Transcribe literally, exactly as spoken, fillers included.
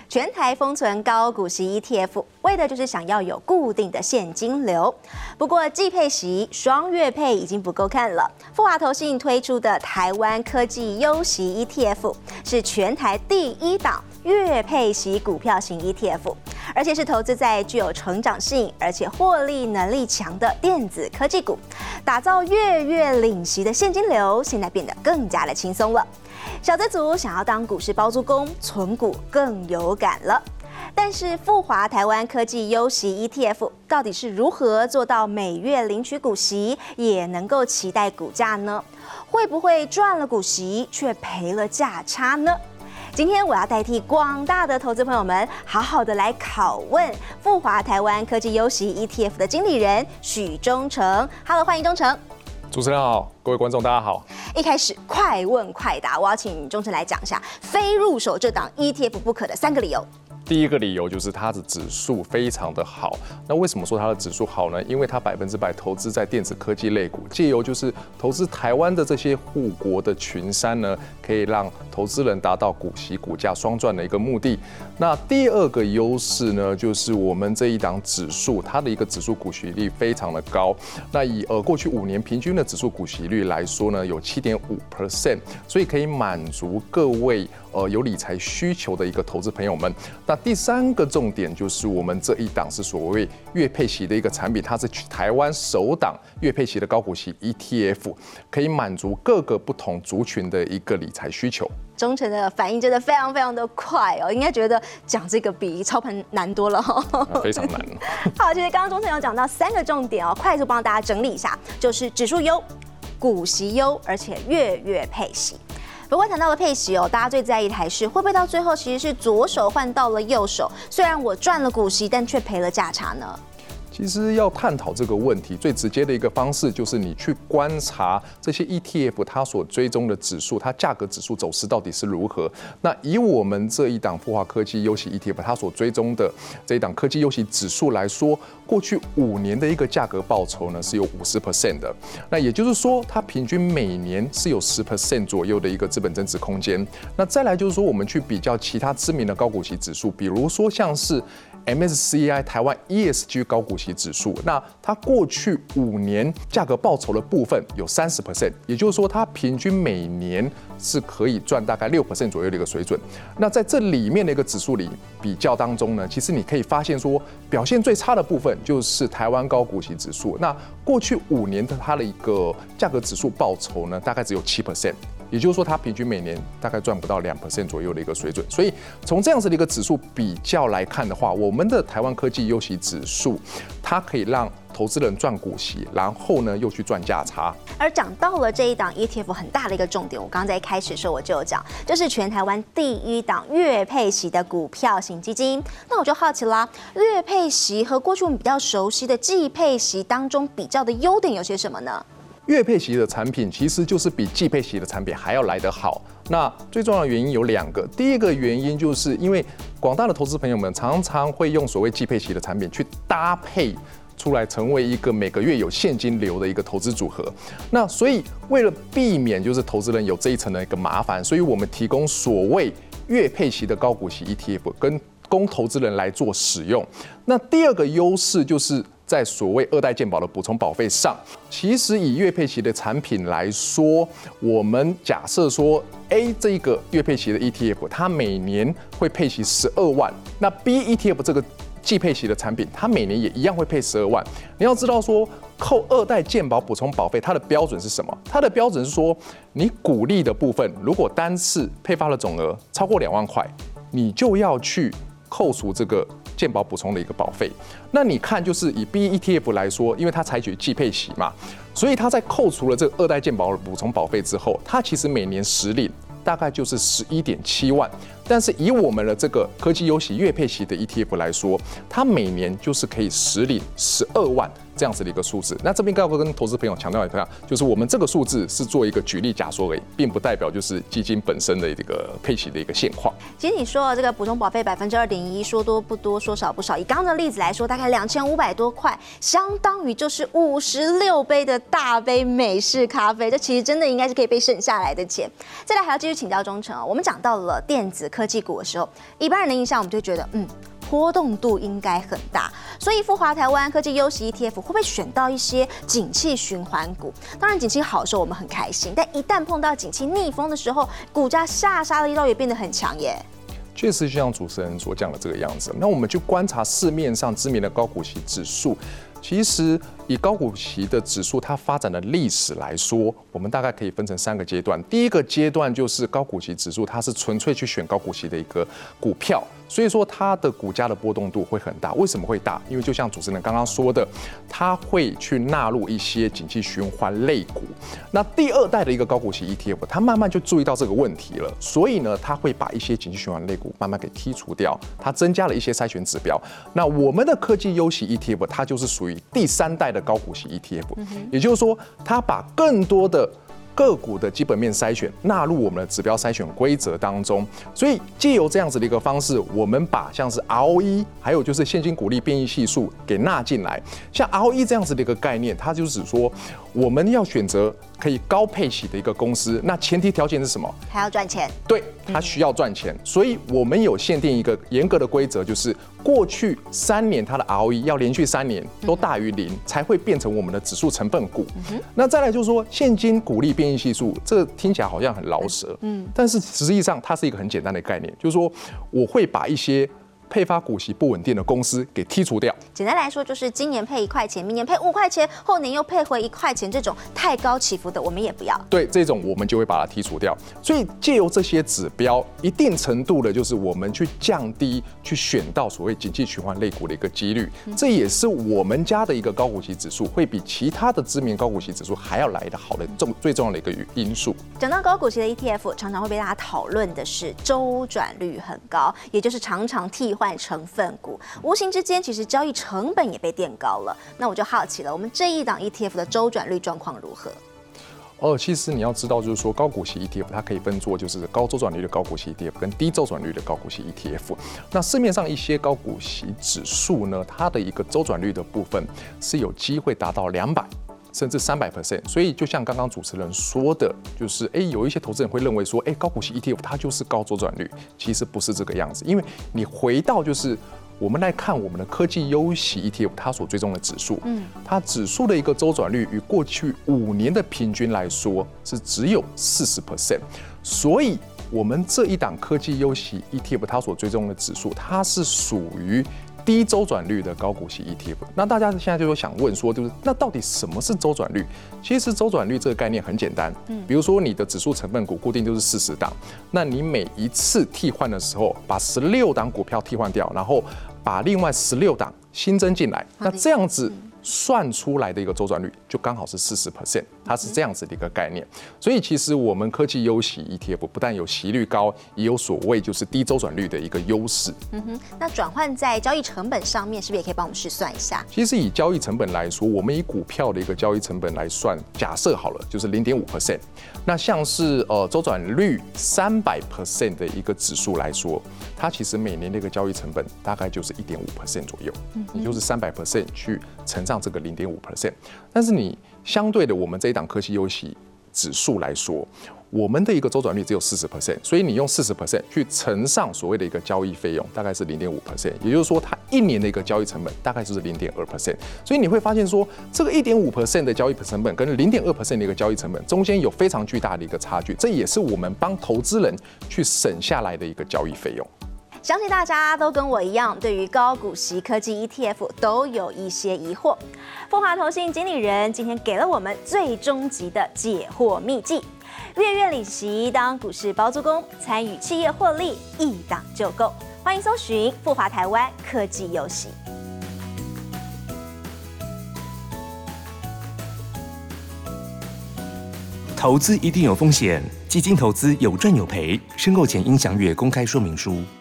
全台封存高股息 E T F， 为的就是想要有固定的现金流。不过季配息、双月配已经不够看了。富华投信推出的台湾科技优息 E T F 是全台第一档月配息股票型 E T F， 而且是投资在具有成长性而且获利能力强的电子科技股，打造月月领息的现金流，现在变得更加的轻松了。小资族想要当股市包租公，存股更有感了。但是富华台湾科技优息 E T F 到底是如何做到每月领取股息，也能够期待股价呢？会不会赚了股息却赔了价差呢？今天我要代替广大的投资朋友们，好好的来拷问富华台湾科技优息 E T F 的经理人许忠诚。Hello， 欢迎忠诚。 主持人好，各位观众大家好。 一开始快问快答，我要请忠诚来讲一下非入手这档 E T F 不可的三个理由。 第一个理由就是它的指数非常的好。那为什么说它的指数好呢？因为它百分之百投资在电子科技类股，借由就是投资台湾的这些护国的群山呢，可以让投资人达到股息股价双赚的一个目的。那第二个优势呢，就是我们这一档指数，它的一个指数股息率非常的高。那以呃过去五年平均的指数股息率来说呢，有 百分之七点五， 所以可以满足各位呃有理财需求的一个投资朋友们。那第三个重点就是我们这一档是所谓月配息的一个产品，它是台湾首档月配息的高股息 E T F， 可以满足各个不同族群的一个理财需求。 忠诚的反应真的非常非常的快哦，应该觉得讲这个比操盘难多了哦， 非常难。 好，其实刚刚忠诚有讲到三个重点哦，快速帮大家整理一下，就是指数优、股息优，而且月月配息。不过谈到了配息哦，大家最在意的还是会不会到最后其实是左手换到了右手，虽然我赚了股息，但却赔了价差呢？ 其实要探讨这个问题，最直接的一个方式就是你去观察这些 E T F 它所追踪的指数，它价格指数走势到底是如何。那以我们这一档富华科技优息 E T F 它所追踪的这一档科技优息指数来说，过去五年的一个价格报酬呢是有 百分之五十 的。那也就是说，它平均每年是有 百分之十 左右的一个资本增值空间。那再来就是说，我们去比较其他知名的高股息指数，比如说像是M S C I 台湾 E S G 高股息指数，那它过去五年价格报酬的部分有 百分之三十， 也就是说它平均每年是可以赚大概 百分之六 左右的一个水准。那在这里面的一个指数里比较当中呢，其实你可以发现说，表现最差的部分就是台湾高股息指数。那过去五年的它的一个价格指数报酬呢，大概只有 百分之七。也就是说，它平均每年大概赚不到 百分之二 左右的一个水准。所以从这样子的一个指数比较来看的话，我们的台湾科技优息指数，它可以让投资人赚股息，然后呢又去赚价差。 而讲到了这一档 E T F 很大的一个重点，我刚刚在一开始的时候我就有讲，这是全台湾第一档月配息的股票型基金。那我就好奇啦，月配息和过去我们比较熟悉的季配息当中比较的优点有些什么呢？ 月配息的产品其实就是比季配息的产品还要来得好。那最重要的原因有两个，第一个原因就是因为广大的投资朋友们常常会用所谓季配息的产品去搭配出来，成为一个每个月有现金流的一个投资组合。那所以为了避免就是投资人有这一层的一个麻烦，所以我们提供所谓月配息的高股息 E T F 跟供投资人来做使用。那第二个优势就是在所谓二代健保的补充保费上，其实以月配息的产品来说，我们假设说 A 这个月配息的 E T F， 它每年会配息十二万，那 B E T F 这个季配息的产品，它每年也一样会配十二万。你要知道说，扣二代健保补充保费，它的标准是什么？它的标准是说，你股利的部分，如果单次配发的总额超过两万块，你就要去扣除这个健保补充的一个保费。那你看，就是以 B E T F 来说，因为它采取季配息嘛，所以它在扣除了这个二代健保的补充保费之后，它其实每年实领大概就是十一点七万。但是以我们的这个科技优息月配息的 E T F 来说，它每年就是可以实领十二万这样子的一个数字。那这边要跟投资朋友强调一下，就是我们这个数字是做一个举例假说而已，并不代表就是基金本身的这个配息的一个现况。 其实你说的这个补充保费百分之二点一，说多不多，说少不少。以刚刚的例子来说，大概两千五百多块，相当于就是五十六杯的大杯美式咖啡。这其实真的应该是可以被省下来的钱。再来还要继续请教忠诚哦，我们讲到了电子科科技股的时候，一般人的印象我们就觉得，嗯。波动度应该很大，所以富华台湾科技优息 E T F 会不会选到一些景气循环股？当然，景气好的时候我们很开心，但一旦碰到景气逆风的时候，股价下杀的力道也变得很强耶。 确实，就像主持人所讲的这个样子。那我们去观察市面上知名的高股息指数，其实以高股息的指数它发展的历史来说，我们大概可以分成三个阶段。第一个阶段就是高股息指数，它是纯粹去选高股息的一个股票，所以说它的股价的波动度会很大。为什么会大？因为就像主持人刚刚说的，它会去纳入一些景气循环类股。那第二代的一个高股息 E T F， 它慢慢就注意到这个问题了，所以呢，它会把一些景气循环类股慢慢给剔除掉，它增加了一些筛选指标。那我们的科技优息 E T F， 它就是属于第三代的高股息 E T F，、嗯、也就是说，它把更多的个股的基本面筛选纳入我们的指标筛选规则当中，所以借由这样子的一个方式，我们把像是 R O E 还有就是现金股利变异系数给纳进来。像 R O E 这样子的一个概念，它就是指说我们要选择可以高配息的一个公司，那前提条件是什么？ 还要赚钱。 对，它需要赚钱，所以我们有限定一个严格的规则，就是过去三年它的 R O E 要连续三年都大于零，才会变成我们的指数成分股。那再来就是说现金股利变异系数，这个听起来好像很老舌，嗯，但是实际上它是一个很简单的概念，就是说我会把一些配发股息不稳定的公司给剔除掉。 简单来说，就是今年配一块钱，明年配五块钱，后年又配回一块钱，这种太高起伏的，我们也不要。对， 这种我们就会把它剔除掉。所以借由这些指标，一定程度的，就是我们去降低去选到所谓景气循环类股的一个几率。嗯、这也是我们家的一个高股息指数会比其他的知名高股息指数还要来得好的重最重要的一个因素。 讲到高股息的 E T F， 常常会被大家讨论的是周转率很高，也就是常常替换成分股，无形之间其实交易成本也被垫高了。那我就好奇了，我们这一档 E T F 的周转率状况如何？ 哦，其实你要知道，就是说高股息 E T F 它可以分作就是高周转率的高股息 E T F 跟低周转率的高股息 E T F。那市面上一些高股息指数呢，它的一个周转率的部分是有机会达到两百。甚至三百 percent， 所以就像刚刚主持人说的，就是哎，有一些投资人会认为说，哎，高股息 E T F 它就是高周转率，其实不是这个样子，因为你回到就是我们来看我们的科技优息 E T F 它所追踪的指数，嗯，它指数的一个周转率与过去五年的平均来说是只有四十 percent， 所以我们这一档科技优息 E T F 它所追踪的指数，它是属于低周转率的高股息 E T F。 那大家现在就想问说，就是那到底什么是周转率？其实周转率这个概念很简单，嗯，比如说你的指数成分股固定就是四十档，那你每一次替换的时候，把十六档股票替换掉，然后把另外十六档新增进来，那这样子算出来的一个周转率就刚好是四十 percent， 它是这样子的一个概念。所以其实我们科技优息 E T F 不但有息率高，也有所谓就是低周转率的一个优势。 嗯哼，那转换在交易成本上面，是不是也可以帮我们试算一下？ 其实以交易成本来说，我们以股票的一个交易成本来算，假设好了就是零点五 percent。那像是呃周转率三百 percent 的一个指数来说，它其实每年的一个交易成本大概就是一点五 percent 左右，嗯、也就是三百 percent 去乘上这个零点五 percent。但是你相对的，我们这一档科技优息指数来说，我们的一个周转率只有四十 percent， 所以你用四十 percent 去乘上所谓的一个交易费用，大概是零点五 percent， 也就是说，它一年的一个交易成本大概就是零点二 percent。所以你会发现说，这个一点五 percent 的交易成本跟零点二 percent 的一个交易成本中间有非常巨大的一个差距，这也是我们帮投资人去省下来的一个交易费用。 相信大家都跟我一样，对于高股息科技 E T F 都有一些疑惑。富华投信经理人今天给了我们最终极的解惑秘籍：月月领息当股市包租公，参与企业获利一档就够。欢迎搜寻富华台湾科技优息。 投资一定有风险，基金投资有赚有赔，申购前应详阅公开说明书。